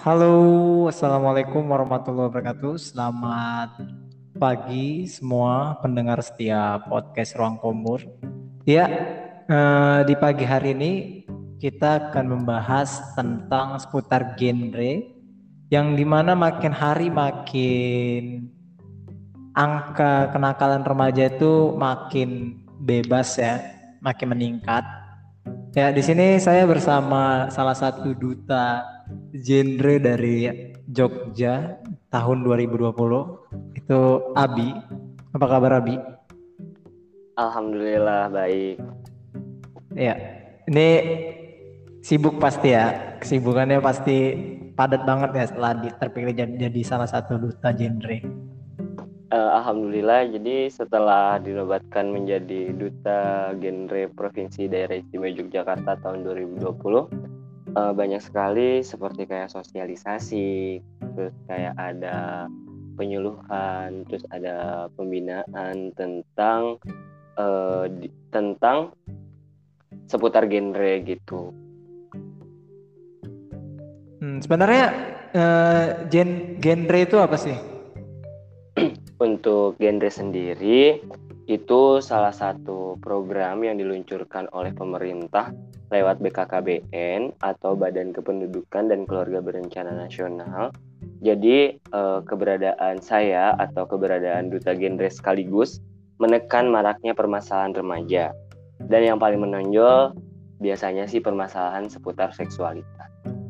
Halo, assalamualaikum warahmatullahi wabarakatuh. Selamat pagi semua pendengar setia podcast Ruang Komur. Ya, di pagi hari ini kita akan membahas tentang seputar genre yang dimana makin hari makin angka kenakalan remaja itu makin bebas ya, makin meningkat. Ya, di sini saya bersama salah satu duta genre dari Jogja tahun 2020. Itu Abi. Apa kabar Abi? Alhamdulillah baik. Ya, ini sibuk pasti ya. Kesibukannya pasti padat banget ya setelah terpilih jadi salah satu duta genre. Alhamdulillah, jadi setelah dinobatkan menjadi Duta Genre Provinsi Daerah Istimewa Yogyakarta tahun 2020, banyak sekali seperti kayak sosialisasi, terus kayak ada penyuluhan, terus ada pembinaan tentang seputar genre gitu. Sebenarnya genre itu apa sih? Untuk genre sendiri, itu salah satu program yang diluncurkan oleh pemerintah lewat BKKBN atau Badan Kependudukan dan Keluarga Berencana Nasional. Jadi keberadaan saya atau keberadaan Duta Genre sekaligus menekan maraknya permasalahan remaja. Dan yang paling menonjol biasanya sih permasalahan seputar seksualitas.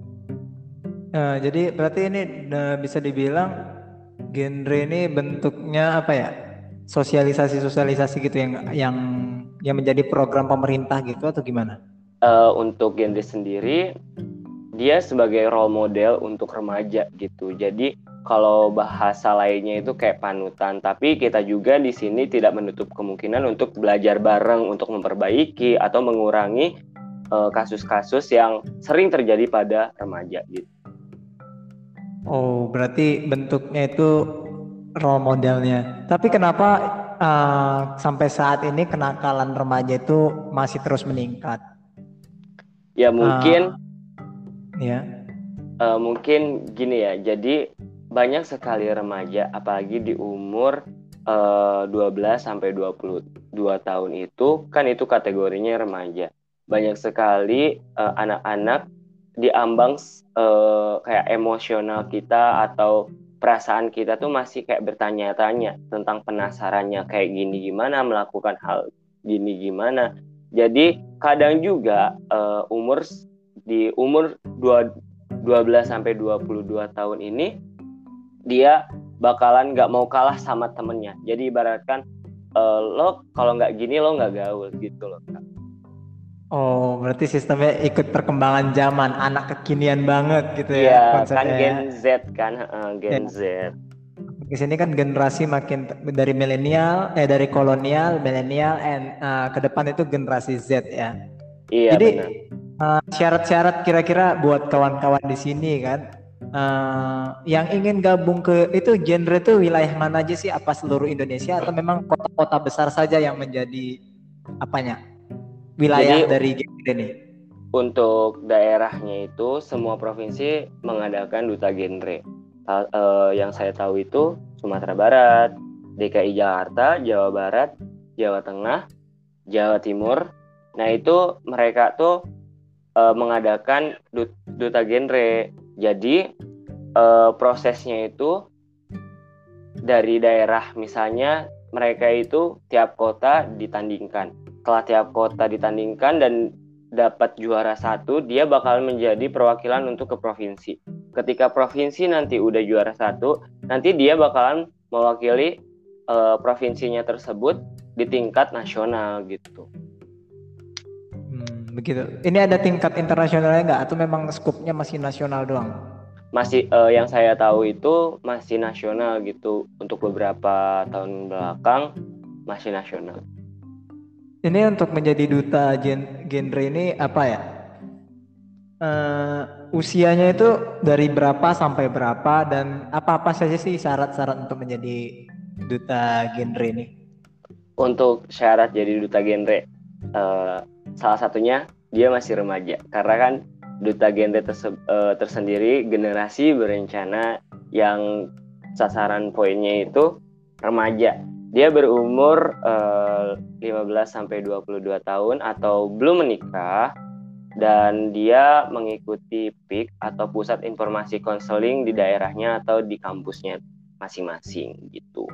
Jadi berarti ini bisa dibilang genre ini bentuknya apa ya? Sosialisasi-sosialisasi gitu yang menjadi program pemerintah gitu atau gimana? Untuk genre sendiri, dia sebagai role model untuk remaja gitu. Jadi kalau bahasa lainnya itu kayak panutan, tapi kita juga di sini tidak menutup kemungkinan untuk belajar bareng untuk memperbaiki atau mengurangi kasus-kasus yang sering terjadi pada remaja gitu. Oh, berarti bentuknya itu role modelnya. Tapi kenapa sampai saat ini kenakalan remaja itu masih terus meningkat? Ya Uh, mungkin ya. mungkin gini ya. Jadi banyak sekali remaja apalagi di umur 12 sampai 22 tahun itu kategorinya remaja. Banyak sekali anak-anak diambang kayak emosional kita atau perasaan kita tuh masih kayak bertanya-tanya tentang penasarannya kayak gini gimana melakukan hal gini gimana. Jadi kadang juga di umur 12 sampai 22 tahun ini dia bakalan nggak mau kalah sama temennya. Jadi ibaratkan lo kalau nggak gini lo nggak gaul gitu loh. Oh, berarti sistemnya ikut perkembangan zaman, anak kekinian banget gitu Iya, ya kan konsepnya ya. Gen Z kan, Ya, Gen Z. di sini kan generasi makin dari milenial, dari kolonial, milenial, ke depan itu generasi Z ya. Iya Jadi benar. syarat-syarat kira-kira buat kawan-kawan di sini kan, yang ingin gabung ke itu genre itu wilayah mana aja sih? Apa seluruh Indonesia atau memang kota-kota besar saja yang menjadi apanya wilayah Jadi dari genre ini? untuk daerahnya itu semua provinsi mengadakan duta genre. Yang saya tahu itu Sumatera Barat, DKI Jakarta, Jawa Barat, Jawa Tengah, Jawa Timur. Nah itu mereka tuh mengadakan duta genre. Jadi prosesnya itu dari daerah, misalnya mereka itu tiap kota ditandingkan. Setelah tiap kota ditandingkan dan dapat juara satu, dia bakal menjadi perwakilan untuk ke provinsi. Ketika provinsi nanti udah juara satu, nanti dia bakalan mewakili provinsinya tersebut di tingkat nasional gitu. Begitu. Ini ada tingkat internasionalnya nggak? Atau memang skupnya masih nasional doang? Masih yang saya tahu itu masih nasional gitu. Untuk beberapa tahun belakang masih nasional. Ini untuk menjadi duta genre ini apa ya? Usianya itu dari berapa sampai berapa dan apa-apa saja sih syarat-syarat untuk menjadi duta genre ini? Untuk syarat jadi duta genre, salah satunya dia masih remaja. Karena kan duta genre tersendiri generasi berencana yang sasaran poinnya itu remaja. Dia berumur 15 sampai 22 tahun atau belum menikah, dan dia mengikuti PIK atau Pusat Informasi Konseling di daerahnya atau di kampusnya masing-masing gitu.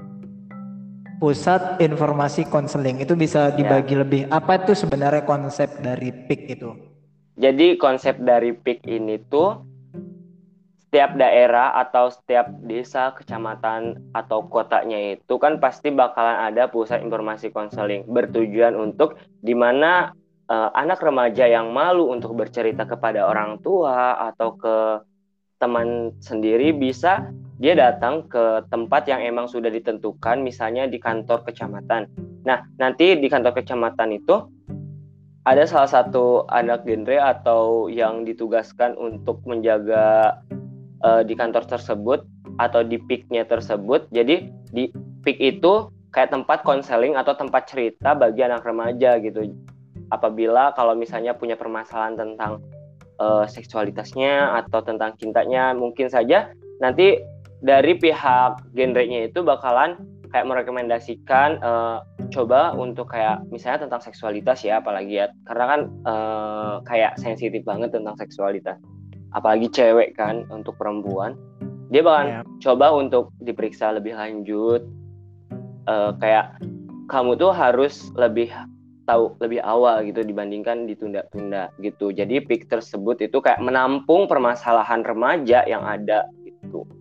Pusat Informasi Konseling itu bisa dibagi lebih, apa itu sebenarnya konsep dari PIK itu? Jadi konsep dari PIK ini tuh setiap daerah atau setiap desa, kecamatan atau kotanya itu kan pasti bakalan ada pusat informasi konseling, bertujuan untuk di mana anak remaja yang malu untuk bercerita kepada orang tua atau ke teman sendiri bisa dia datang ke tempat yang emang sudah ditentukan, misalnya di kantor kecamatan. Nah, nanti di kantor kecamatan itu ada salah satu anak genre atau yang ditugaskan untuk menjaga di kantor tersebut atau di PIK-nya tersebut. Jadi di PIK itu kayak tempat konseling atau tempat cerita bagi anak remaja gitu. Apabila kalau misalnya punya permasalahan tentang seksualitasnya atau tentang cintanya, mungkin saja nanti dari pihak genrenya itu bakalan kayak merekomendasikan coba untuk kayak misalnya tentang seksualitas ya, apalagi ya, karena kan kayak sensitif banget tentang seksualitas, apalagi cewek kan. Untuk perempuan dia bakalan coba untuk diperiksa lebih lanjut, kayak kamu tuh harus lebih tahu lebih awal gitu dibandingkan ditunda-tunda gitu. Jadi PIK tersebut itu kayak menampung permasalahan remaja yang ada gitu.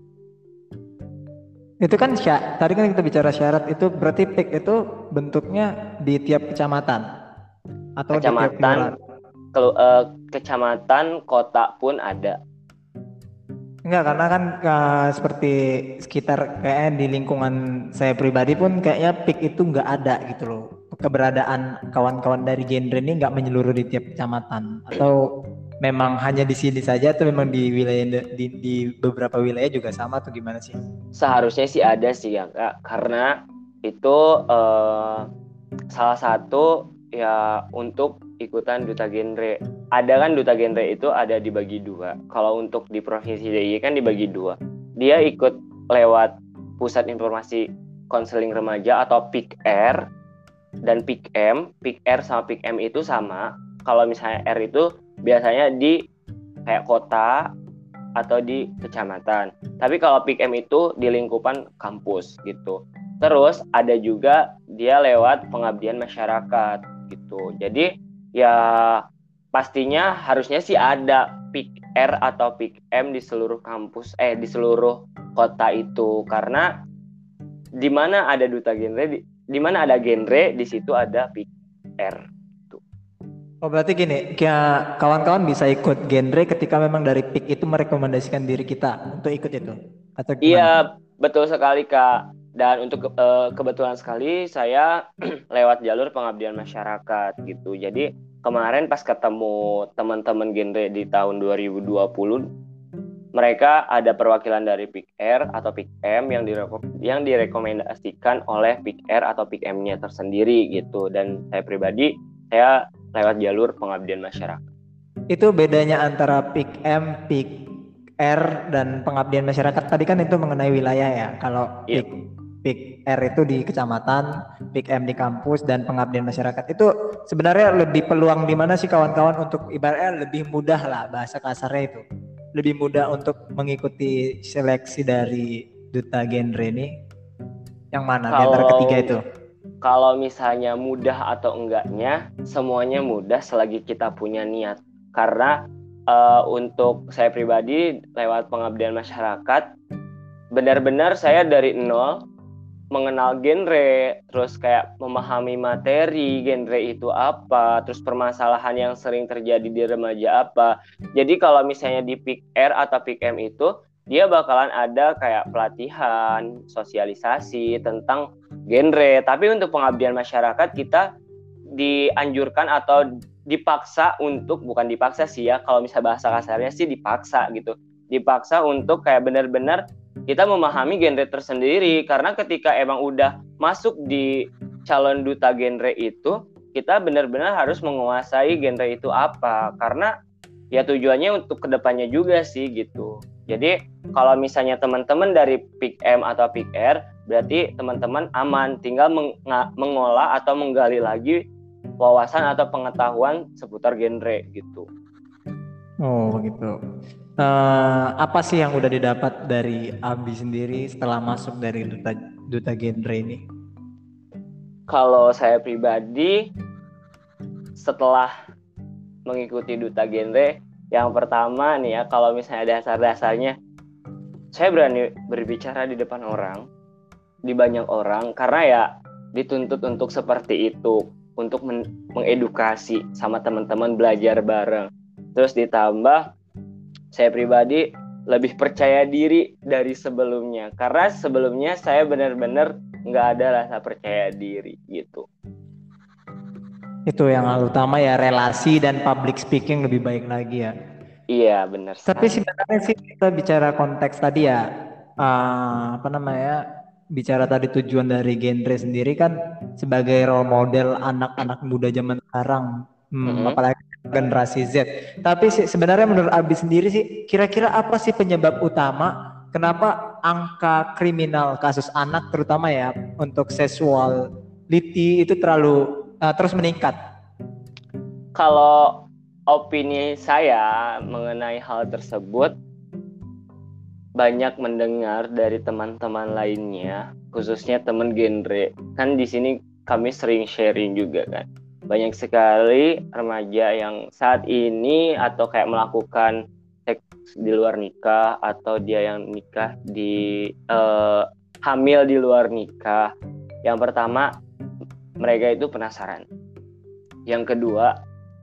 Itu kan tadi kan kita bicara syarat, itu berarti PIK itu bentuknya di tiap kecamatan atau kecamatan, di tiap kelurahan? Kecamatan, kota pun ada. Enggak, karena kan seperti sekitar kayaknya di lingkungan saya pribadi pun kayaknya PIK itu nggak ada gitu loh. Keberadaan kawan-kawan dari genre ini nggak menyeluruh di tiap kecamatan, atau memang hanya di sini saja, atau memang di wilayah di beberapa wilayah juga sama, atau gimana sih? Seharusnya sih ada sih ya Kak, karena itu salah satu ya untuk ikutan duta genre. Ada kan duta genre itu ada dibagi dua. Kalau untuk di Provinsi DIY kan dibagi dua. Dia ikut lewat Pusat Informasi Konseling Remaja atau PIK-R dan PIK-M. PIK-R sama PIK-M itu sama. Kalau misalnya R itu biasanya di kayak kota atau di kecamatan. Tapi kalau PIK-M itu di lingkupan kampus gitu. Terus ada juga dia lewat pengabdian masyarakat gitu. Jadi ya pastinya harusnya sih ada PIK-R atau PIK-M di seluruh kampus, di seluruh kota itu, karena di mana ada duta genre, di mana ada genre, di situ ada PIK-R. Oh, berarti gini, kawan-kawan bisa ikut genre ketika memang dari PIK itu merekomendasikan diri kita untuk ikut itu, atau gimana? Iya, betul sekali Kak. Dan untuk kebetulan sekali saya lewat jalur pengabdian masyarakat gitu. Jadi kemarin pas ketemu teman-teman genre di tahun 2020, mereka ada perwakilan dari PIK-R atau PIK-M yang direkomendasikan oleh PIK-R atau PIK-M-nya tersendiri gitu. Dan saya pribadi, saya lewat jalur pengabdian masyarakat. Itu bedanya antara PIK-M, PIK-R, dan pengabdian masyarakat tadi kan itu mengenai wilayah ya. Kalau PIK-R itu di kecamatan, PIK-M di kampus, dan pengabdian masyarakat itu sebenarnya lebih peluang di mana sih kawan-kawan untuk ibaratnya lebih mudah lah, bahasa kasarnya itu lebih mudah untuk mengikuti seleksi dari duta genre ini, yang mana di antara ketiga itu? Kalau misalnya mudah atau enggaknya, semuanya mudah selagi kita punya niat. Karena untuk saya pribadi lewat pengabdian masyarakat, benar-benar saya dari nol mengenal genre, terus kayak memahami materi genre itu apa, terus permasalahan yang sering terjadi di remaja apa. Jadi kalau misalnya di PIK-R atau PIK-M itu, dia bakalan ada kayak pelatihan, sosialisasi tentang genre. Tapi untuk pengabdian masyarakat kita dianjurkan atau dipaksa untuk, bukan dipaksa sih ya, kalau misalnya bahasa kasarnya sih dipaksa gitu. Dipaksa untuk kayak benar-benar kita memahami genre tersendiri, karena ketika emang udah masuk di calon duta genre itu, kita benar-benar harus menguasai genre itu apa. Karena ya tujuannya untuk kedepannya juga sih gitu. Jadi kalau misalnya teman-teman dari Pick M atau Pick R, berarti teman-teman aman, tinggal mengolah atau menggali lagi wawasan atau pengetahuan seputar genre gitu. Oh begitu. Apa sih yang udah didapat dari Abi sendiri setelah masuk dari duta genre ini? Kalau saya pribadi setelah mengikuti duta genre, yang pertama nih ya, kalau misalnya dasar-dasarnya, saya berani berbicara di depan orang, di banyak orang, karena ya dituntut untuk seperti itu, untuk mengedukasi sama teman-teman, belajar bareng. Terus ditambah saya pribadi lebih percaya diri dari sebelumnya, karena sebelumnya saya benar-benar nggak ada rasa percaya diri gitu. Itu yang utama ya, relasi dan public speaking lebih baik lagi ya. Iya benar Tapi sekali. sebenarnya sih kita bicara konteks tadi ya, apa namanya, bicara tadi tujuan dari genre sendiri kan sebagai role model anak-anak muda zaman sekarang, Mm-mm. apalagi generasi Z. Tapi sih sebenarnya menurut Abi sendiri sih, kira-kira apa sih penyebab utama kenapa angka kriminal kasus anak terutama ya untuk sexuality itu terlalu terus meningkat? Kalau opini saya mengenai hal tersebut, banyak mendengar dari teman-teman lainnya, khususnya teman genre. Kan di sini kami sering sharing juga kan. Banyak sekali remaja yang saat ini atau kayak melakukan seks di luar nikah, atau dia yang nikah di hamil di luar nikah. Yang pertama, mereka itu penasaran. Yang kedua,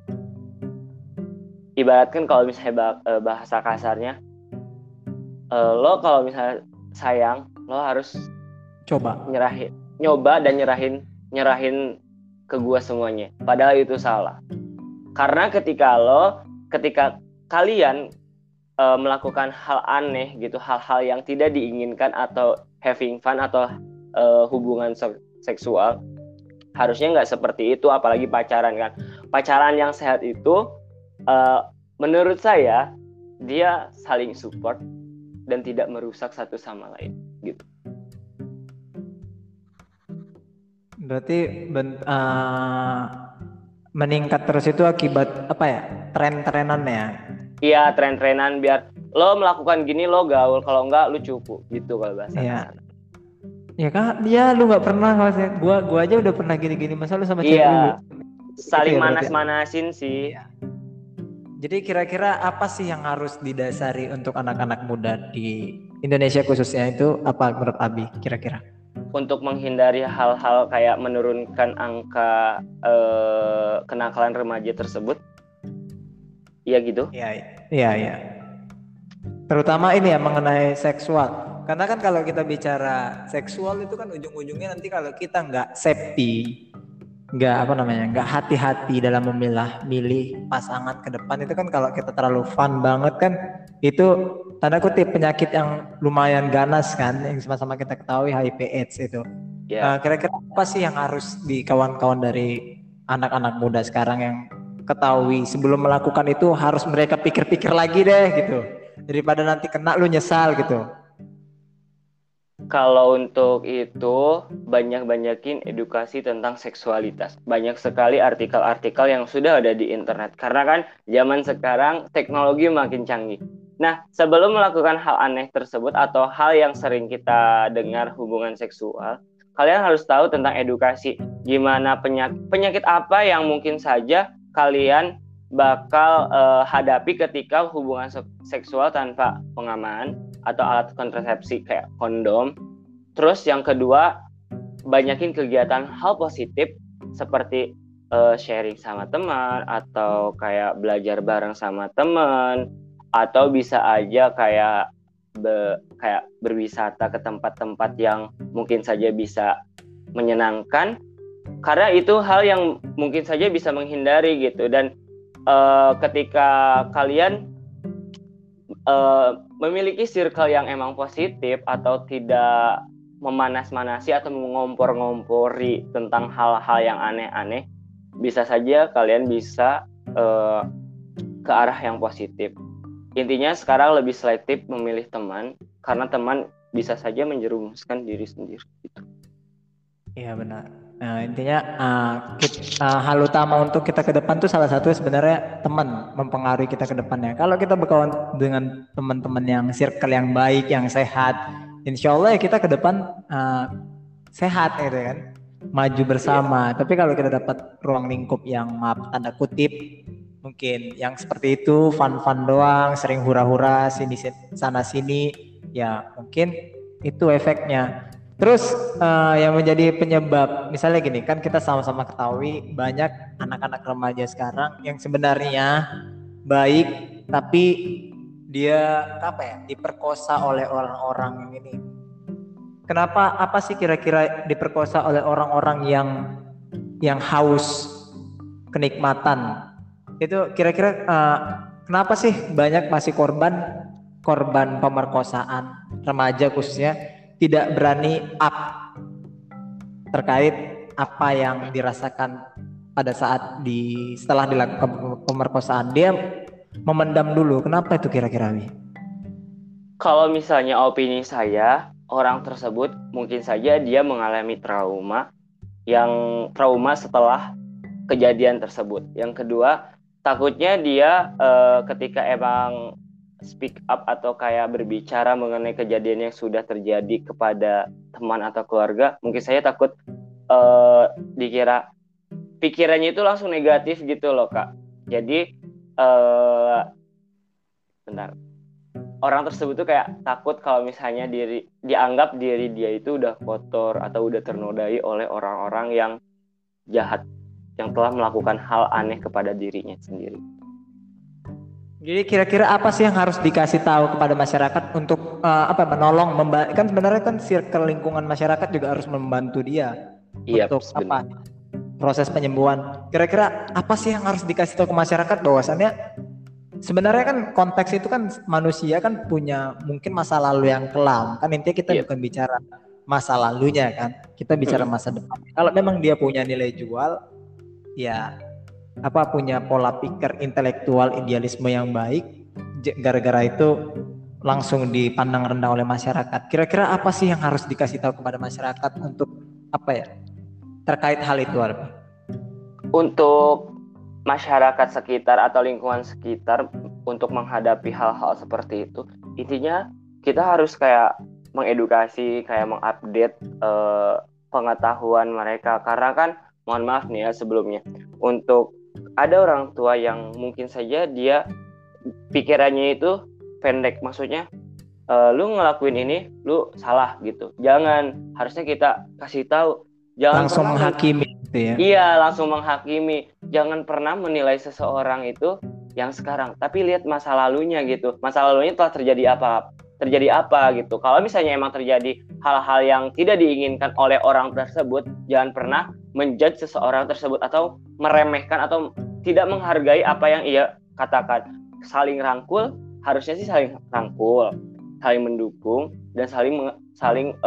ibaratkan kalau misalnya bahasa kasarnya, lo kalau misalnya sayang, lo harus Coba. nyoba dan nyerahin ke gua semuanya. Padahal itu salah. Karena ketika kalian melakukan hal aneh gitu, hal-hal yang tidak diinginkan atau having fun atau hubungan seksual, harusnya nggak seperti itu, apalagi pacaran kan. Pacaran yang sehat itu menurut saya dia saling support dan tidak merusak satu sama lain gitu. Berarti meningkat terus itu akibat apa ya? Tren-trenan ya. Iya, tren-trenan biar lo melakukan gini lo gaul, kalau enggak lu cupu gitu kalau bahasa Iya. kasar. Ya kan, ya lu nggak pernah maksudnya. Gua aja udah pernah gini-gini, masa lu sama cewek lu. Iya, Itu saling ya berarti. manas-manasin sih. Iya. Jadi kira-kira apa sih yang harus didasari untuk anak-anak muda di Indonesia khususnya itu apa menurut Abi kira-kira? Untuk menghindari hal-hal kayak menurunkan angka kenakalan remaja tersebut. Iya gitu. Iya, iya, iya. Terutama ini ya mengenai seksual. Karena kan kalau kita bicara seksual itu kan ujung-ujungnya nanti kalau kita nggak safety, nggak apa namanya, nggak hati-hati dalam milih pasangan ke depan itu kan kalau kita terlalu fun banget kan itu tanda kutip penyakit yang lumayan ganas kan yang sama-sama kita ketahui HIV/AIDS itu. Ya. Kira-kira apa sih yang harus di kawan-kawan dari anak-anak muda sekarang yang ketahui sebelum melakukan itu harus mereka pikir-pikir lagi deh gitu daripada nanti kena lu nyesal gitu. Kalau untuk itu, banyakin edukasi tentang seksualitas. Banyak sekali artikel-artikel yang sudah ada di internet. Karena kan zaman sekarang teknologi makin canggih. Nah, sebelum melakukan hal aneh tersebut atau hal yang sering kita dengar hubungan seksual, kalian harus tahu tentang edukasi. Gimana penyakit apa yang mungkin saja kalian bakal hadapi ketika hubungan seksual tanpa pengaman atau alat kontrasepsi kayak kondom. Terus yang kedua, banyakin kegiatan hal positif seperti sharing sama teman, atau kayak belajar bareng sama teman, atau bisa aja kayak berwisata ke tempat-tempat yang mungkin saja bisa menyenangkan, karena itu hal yang mungkin saja bisa menghindari gitu. Dan ketika kalian memiliki circle yang emang positif atau tidak memanas-manasi atau mengompor-ngompori tentang hal-hal yang aneh-aneh, bisa saja kalian bisa ke arah yang positif. Intinya sekarang lebih selektif memilih teman, karena teman bisa saja menjerumuskan diri sendiri gitu. Iya benar. Nah, intinya hal utama untuk kita ke depan tuh salah satu sebenarnya teman mempengaruhi kita ke depannya. Kalau kita berkawan dengan teman-teman yang circle yang baik, yang sehat, insya Allah ya kita ke depan sehat gitu kan, maju bersama. Tapi kalau kita dapat ruang lingkup yang maaf tanda kutip mungkin yang seperti itu, fun-fun doang, sering hura-hura sini sana sini, ya mungkin itu efeknya. Terus yang menjadi penyebab, misalnya gini, kan kita sama-sama ketahui banyak anak-anak remaja sekarang yang sebenarnya baik, tapi dia apa ya, diperkosa oleh orang-orang yang ini. Kenapa? Apa sih kira-kira diperkosa oleh orang-orang yang haus kenikmatan? Itu kira-kira kenapa sih banyak masih korban pemerkosaan remaja khususnya tidak berani up terkait apa yang dirasakan pada saat setelah dilakukan pemerkosaan, dia memendam dulu. Kenapa itu kira-kira, Wi? Kalau misalnya opini saya, orang tersebut mungkin saja dia mengalami trauma setelah kejadian tersebut. Yang kedua, takutnya dia ketika emang speak up atau kayak berbicara mengenai kejadian yang sudah terjadi kepada teman atau keluarga, mungkin saya takut dikira pikirannya itu langsung negatif gitu loh, Kak. Jadi orang tersebut tuh kayak takut kalau misalnya dianggap diri dia itu udah kotor atau udah ternodai oleh orang-orang yang jahat yang telah melakukan hal aneh kepada dirinya sendiri. Jadi kira-kira apa sih yang harus dikasih tahu kepada masyarakat untuk menolong, kan sebenarnya kan circle lingkungan masyarakat juga harus membantu dia untuk proses penyembuhan. Kira-kira apa sih yang harus dikasih tahu ke masyarakat bahwasannya sebenarnya kan konteks itu kan manusia kan punya mungkin masa lalu yang kelam. Kan intinya kita bukan bicara masa lalunya kan, kita bicara masa depan. Kalau memang dia punya nilai jual, ya punya pola pikir intelektual idealisme yang baik, gara-gara itu langsung dipandang rendah oleh masyarakat. Kira-kira apa sih yang harus dikasih tahu kepada masyarakat untuk terkait hal itu, Arbi? Untuk masyarakat sekitar atau lingkungan sekitar untuk menghadapi hal-hal seperti itu, intinya kita harus kayak mengedukasi, kayak mengupdate pengetahuan mereka, karena kan mohon maaf nih ya sebelumnya, untuk ada orang tua yang mungkin saja dia pikirannya itu pendek, maksudnya lu ngelakuin ini lu salah gitu. Jangan, harusnya kita kasih tahu, jangan langsung menghakimi gitu ya. Iya, langsung menghakimi. Jangan pernah menilai seseorang itu yang sekarang, tapi lihat masa lalunya gitu. Masa lalunya telah terjadi apa gitu. Kalau misalnya emang terjadi hal-hal yang tidak diinginkan oleh orang tersebut, jangan pernah menjudge seseorang tersebut atau meremehkan atau tidak menghargai apa yang ia katakan. Saling rangkul, harusnya sih saling rangkul, saling mendukung, dan saling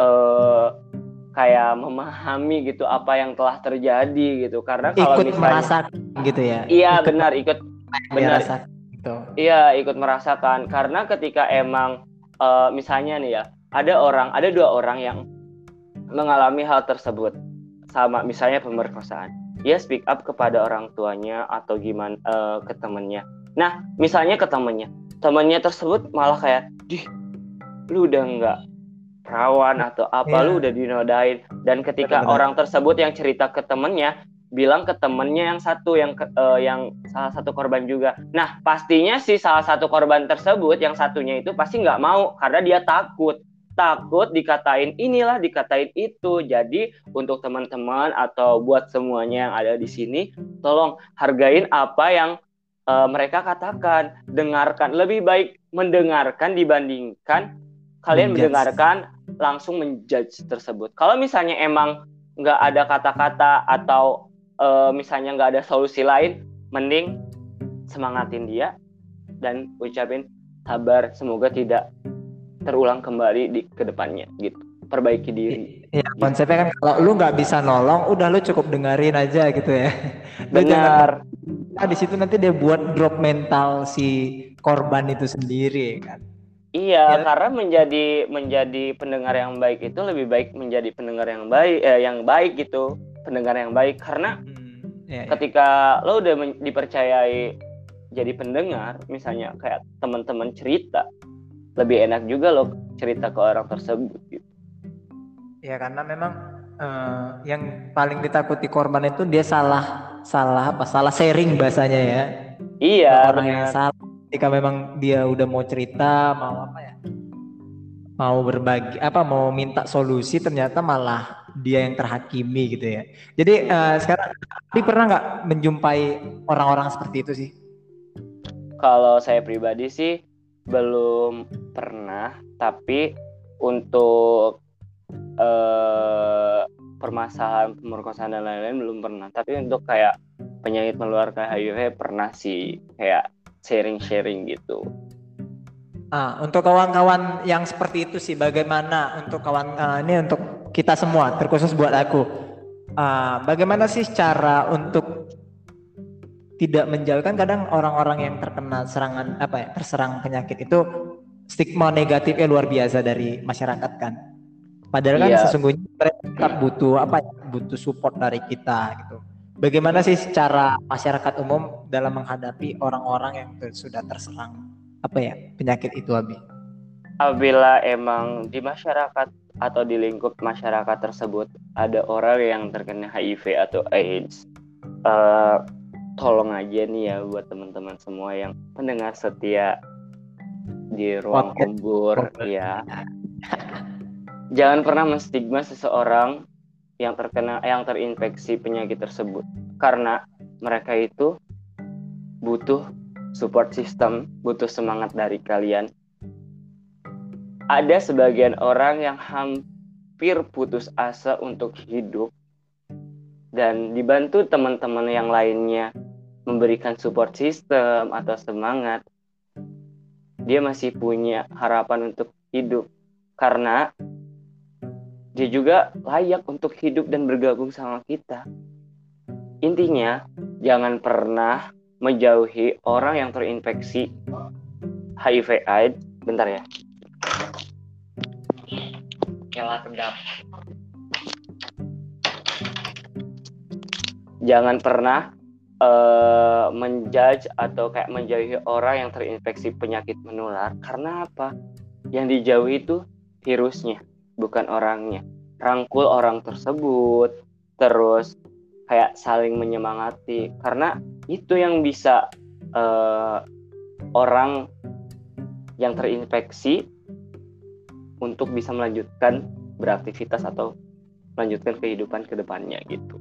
kayak memahami gitu apa yang telah terjadi gitu. Karena kalau ikut merasakan gitu ya. Iya, benar, ikut gitu. Iya, ikut merasakan. Karena ketika emang misalnya nih ya, ada dua orang yang mengalami hal tersebut, sama misalnya pemerkosaan, dia speak up kepada orang tuanya atau gimana ke temennya. Nah, misalnya ke temennya tersebut malah kayak, lu udah nggak perawan atau apa, lu udah dinodain. Dan ketika orang tersebut yang cerita ke temennya, bilang ke temennya yang satu yang salah satu korban juga. Nah, pastinya si salah satu korban tersebut yang satunya itu pasti nggak mau, karena dia takut dikatain inilah, dikatain itu. Jadi untuk teman-teman atau buat semuanya yang ada di sini, tolong hargain apa yang mereka katakan. Dengarkan, lebih baik mendengarkan dibandingkan kalian mendengarkan langsung menjudge tersebut. Kalau misalnya emang nggak ada kata-kata atau misalnya nggak ada solusi lain, mending semangatin dia dan ucapin sabar, semoga tidak terulang kembali di kedepannya gitu. Perbaiki diri. Ya, konsepnya kan kalau lu nggak bisa nolong, udah lu cukup dengerin aja gitu ya. Benar. di situ nanti dia buat drop mental si korban itu sendiri kan. Iya, Ya, karena menjadi pendengar yang baik itu lebih baik menjadi pendengar yang baik gitu, pendengar yang baik karena ya. ketika lo udah dipercayai jadi pendengar, misalnya kayak teman-teman cerita, lebih enak juga lo cerita ke orang tersebut gitu. Ya karena memang yang paling ditakuti korban itu dia salah sharing bahasanya ya. Iya, Orang yang benar. salah ketika memang dia udah mau cerita, mau apa ya, mau berbagi mau minta solusi, ternyata malah dia yang terhakimi gitu ya. Jadi sekarang Abi pernah nggak menjumpai orang-orang seperti itu sih? Kalau saya pribadi sih belum pernah, tapi untuk permasalahan pemerkosaan dan lain-lain belum pernah. Tapi untuk kayak penyakit menular kayak HIV pernah sih, kayak sharing-sharing gitu. Untuk kawan-kawan yang seperti itu sih, bagaimana untuk ini untuk kita semua, terkhusus buat aku, bagaimana sih cara untuk tidak menjauhkan? Kadang orang-orang yang terkena terserang penyakit itu stigma negatifnya luar biasa dari masyarakat kan. Padahal kan Iya, sesungguhnya mereka tetap butuh support dari kita gitu. Bagaimana sih cara masyarakat umum dalam menghadapi orang-orang yang sudah terserang penyakit itu, Abi? apabila emang di masyarakat atau di lingkup masyarakat tersebut ada orang yang terkena HIV atau AIDS, tolong aja nih ya buat teman-teman semua yang pendengar setia di ruang kombur ya, jangan pernah menstigma seseorang yang terinfeksi penyakit tersebut, karena mereka itu butuh support system, butuh semangat dari kalian. Ada sebagian orang yang hampir putus asa untuk hidup dan dibantu teman-teman yang lainnya memberikan support system atau semangat, dia masih punya harapan untuk hidup karena dia juga layak untuk hidup dan bergabung sama kita. Intinya, jangan pernah menjauhi orang yang terinfeksi HIV/AIDS. Bentar ya. Nyala kedap. Jangan pernah menjudge atau kayak menjauhi orang yang terinfeksi penyakit menular. Karena apa? Yang dijauhi itu virusnya, bukan orangnya. Rangkul orang tersebut, terus kayak saling menyemangati. Karena itu yang bisa orang yang terinfeksi untuk bisa melanjutkan beraktivitas atau melanjutkan kehidupan ke depannya gitu.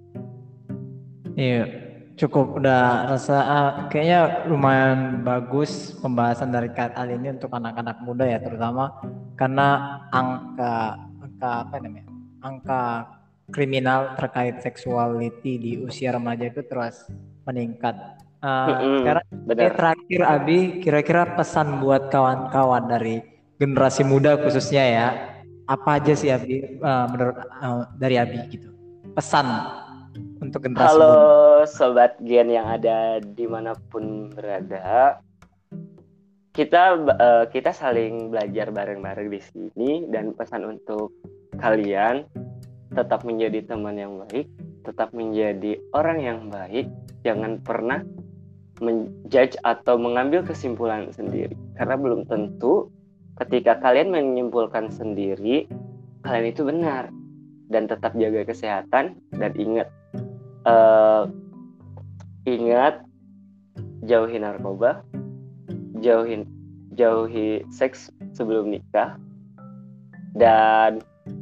Iya, cukup udah rasa kayaknya lumayan bagus pembahasan dari kali ini untuk anak-anak muda ya, terutama karena angka kriminal terkait seksualiti di usia remaja itu terus meningkat. Sekarang ini terakhir, Abi, kira-kira pesan buat kawan-kawan dari generasi muda khususnya ya, apa aja sih, Abi, menurut dari Abi gitu, pesan untuk generasi Halo muda? Sobat Gen yang ada dimanapun berada, kita saling belajar bareng-bareng di sini, dan pesan untuk kalian tetap menjadi teman yang baik, tetap menjadi orang yang baik, jangan pernah menjudge atau mengambil kesimpulan sendiri, karena belum tentu ketika kalian menyimpulkan sendiri kalian itu benar. Dan tetap jaga kesehatan dan ingat jauhi narkoba, jauhi seks sebelum nikah, dan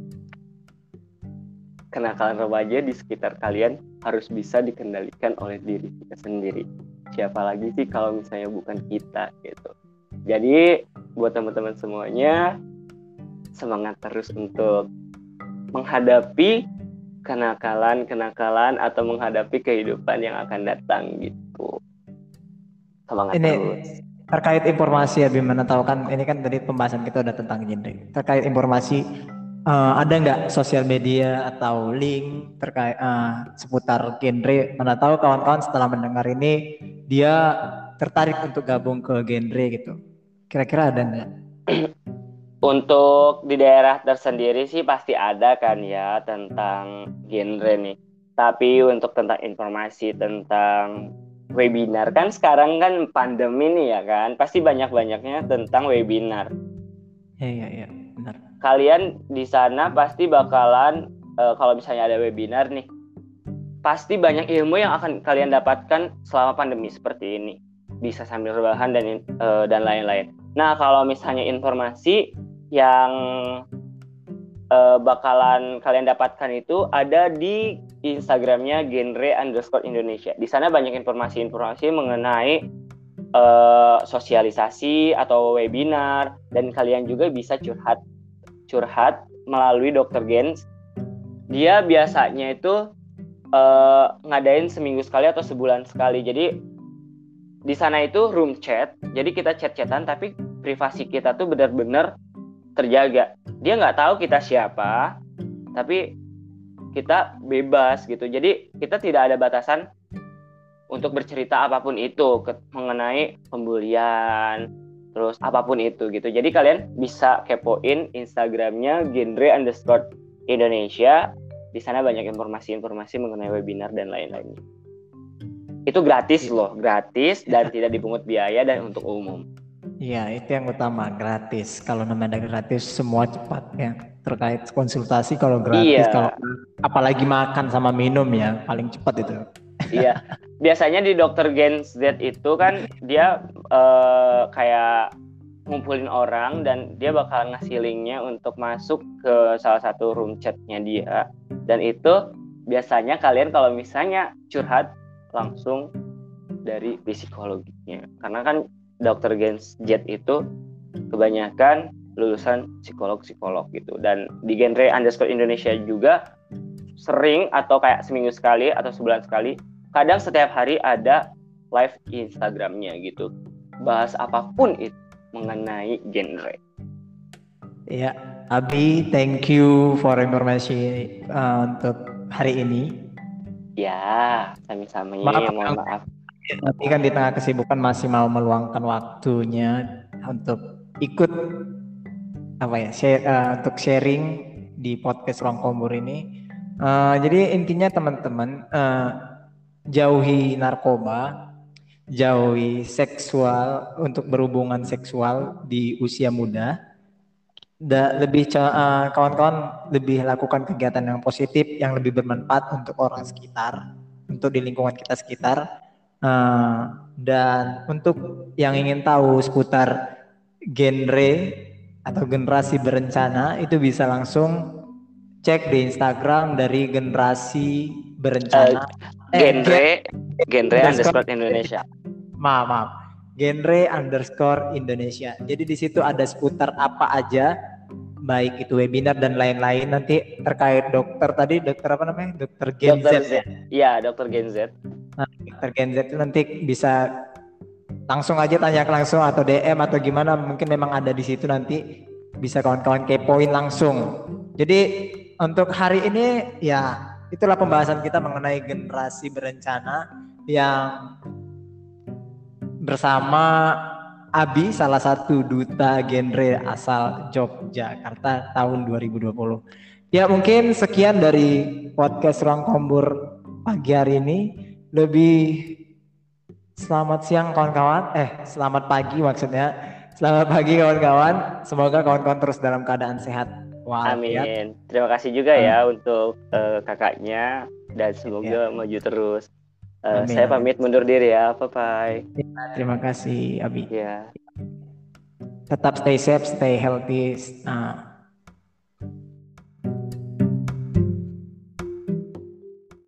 kenakalan remaja di sekitar kalian harus bisa dikendalikan oleh diri kita sendiri. Siapa lagi sih kalau misalnya bukan kita gitu. Jadi buat teman-teman semuanya, semangat terus untuk menghadapi kenakalan atau menghadapi kehidupan yang akan datang gitu. Semangat Ini terus. terkait informasi ya, Bim, tahu kan ini kan tadi pembahasan kita udah tentang genre. Terkait informasi, ada nggak sosial media atau link terkait seputar genre? Mana tahu kawan-kawan setelah mendengar ini dia tertarik untuk gabung ke genre gitu. Kira-kira ada nggak? Untuk di daerah tersendiri sih pasti ada kan ya tentang genre nih. Tapi untuk tentang informasi tentang webinar kan sekarang kan pandemi nih ya kan, pasti banyak-banyaknya tentang webinar. Iya, iya, benar. Kalian di sana pasti bakalan kalau misalnya ada webinar nih, pasti banyak ilmu yang akan kalian dapatkan selama pandemi seperti ini. Bisa sambil rebahan dan lain-lain. Nah, kalau misalnya informasi yang bakalan kalian dapatkan itu ada di Instagramnya genre_Indonesia. Di sana banyak informasi-informasi mengenai sosialisasi atau webinar, dan kalian juga bisa curhat melalui Dr. Gens. Dia biasanya itu ngadain seminggu sekali atau sebulan sekali. Jadi di sana itu room chat, jadi kita chat-chatan tapi privasi kita tuh benar-benar terjaga. Dia nggak tahu kita siapa, tapi kita bebas gitu. Jadi kita tidak ada batasan untuk bercerita apapun itu mengenai pembulian, terus apapun itu gitu. Jadi kalian bisa kepoin Instagramnya genre_Indonesia. Di sana banyak informasi-informasi mengenai webinar dan lain-lain. Itu gratis loh, gratis dan tidak dipungut biaya dan untuk umum. Iya, itu yang utama, gratis. Kalau namanya gratis, semua cepat ya. Terkait konsultasi kalau gratis, Iya. kalau apalagi makan sama minum ya, paling cepat itu. Iya. Biasanya di Dr. Gen Z itu kan dia kayak ngumpulin orang dan dia bakal ngasih linknya untuk masuk ke salah satu room chatnya dia. Dan itu biasanya kalian kalau misalnya curhat langsung dari psikologinya. Karena kan Dr. Gen Z itu kebanyakan lulusan psikolog-psikolog gitu. Dan di genre_Indonesia juga sering atau kayak seminggu sekali atau sebulan sekali, kadang setiap hari ada live Instagramnya gitu. Bahas apapun itu mengenai genre. Ya, Abi, thank you for informasi untuk hari ini. Ya, sami-sami. Mohon maaf. Tapi kan di tengah kesibukan masih mau meluangkan waktunya untuk ikut untuk sharing di podcast Ruang Kombur ini. Jadi intinya teman-teman jauhi narkoba, jauhi seksual untuk berhubungan seksual di usia muda. Kawan-kawan lebih lakukan kegiatan yang positif yang lebih bermanfaat untuk orang sekitar, untuk di lingkungan kita sekitar. Dan untuk yang ingin tahu seputar genre atau generasi berencana, itu bisa langsung cek di Instagram dari generasi berencana. Genre_Indonesia. Maaf. Genre_Indonesia. Jadi di situ ada seputar apa aja, baik itu webinar dan lain-lain. Nanti terkait dokter apa namanya? Dokter Gen Z ya? Iya, Dokter Gen Z. Nah, Dokter Gen Z itu nanti bisa langsung aja tanya langsung atau DM atau gimana, mungkin memang ada di situ, nanti bisa kawan-kawan kepoin langsung. Jadi untuk hari ini ya itulah pembahasan kita mengenai generasi berencana yang bersama Abi, salah satu duta genre asal Yogyakarta tahun 2020. Ya mungkin sekian dari podcast Ruang Kombur pagi hari ini. Lebih selamat siang kawan-kawan. Selamat pagi maksudnya. Selamat pagi kawan-kawan. Semoga kawan-kawan terus dalam keadaan sehat walafiat. Amin. Terima kasih juga ya untuk kakaknya dan semoga maju terus. Saya pamit mundur diri ya. Bye-bye. Ya, terima kasih Abi. Ya. Tetap stay safe, stay healthy.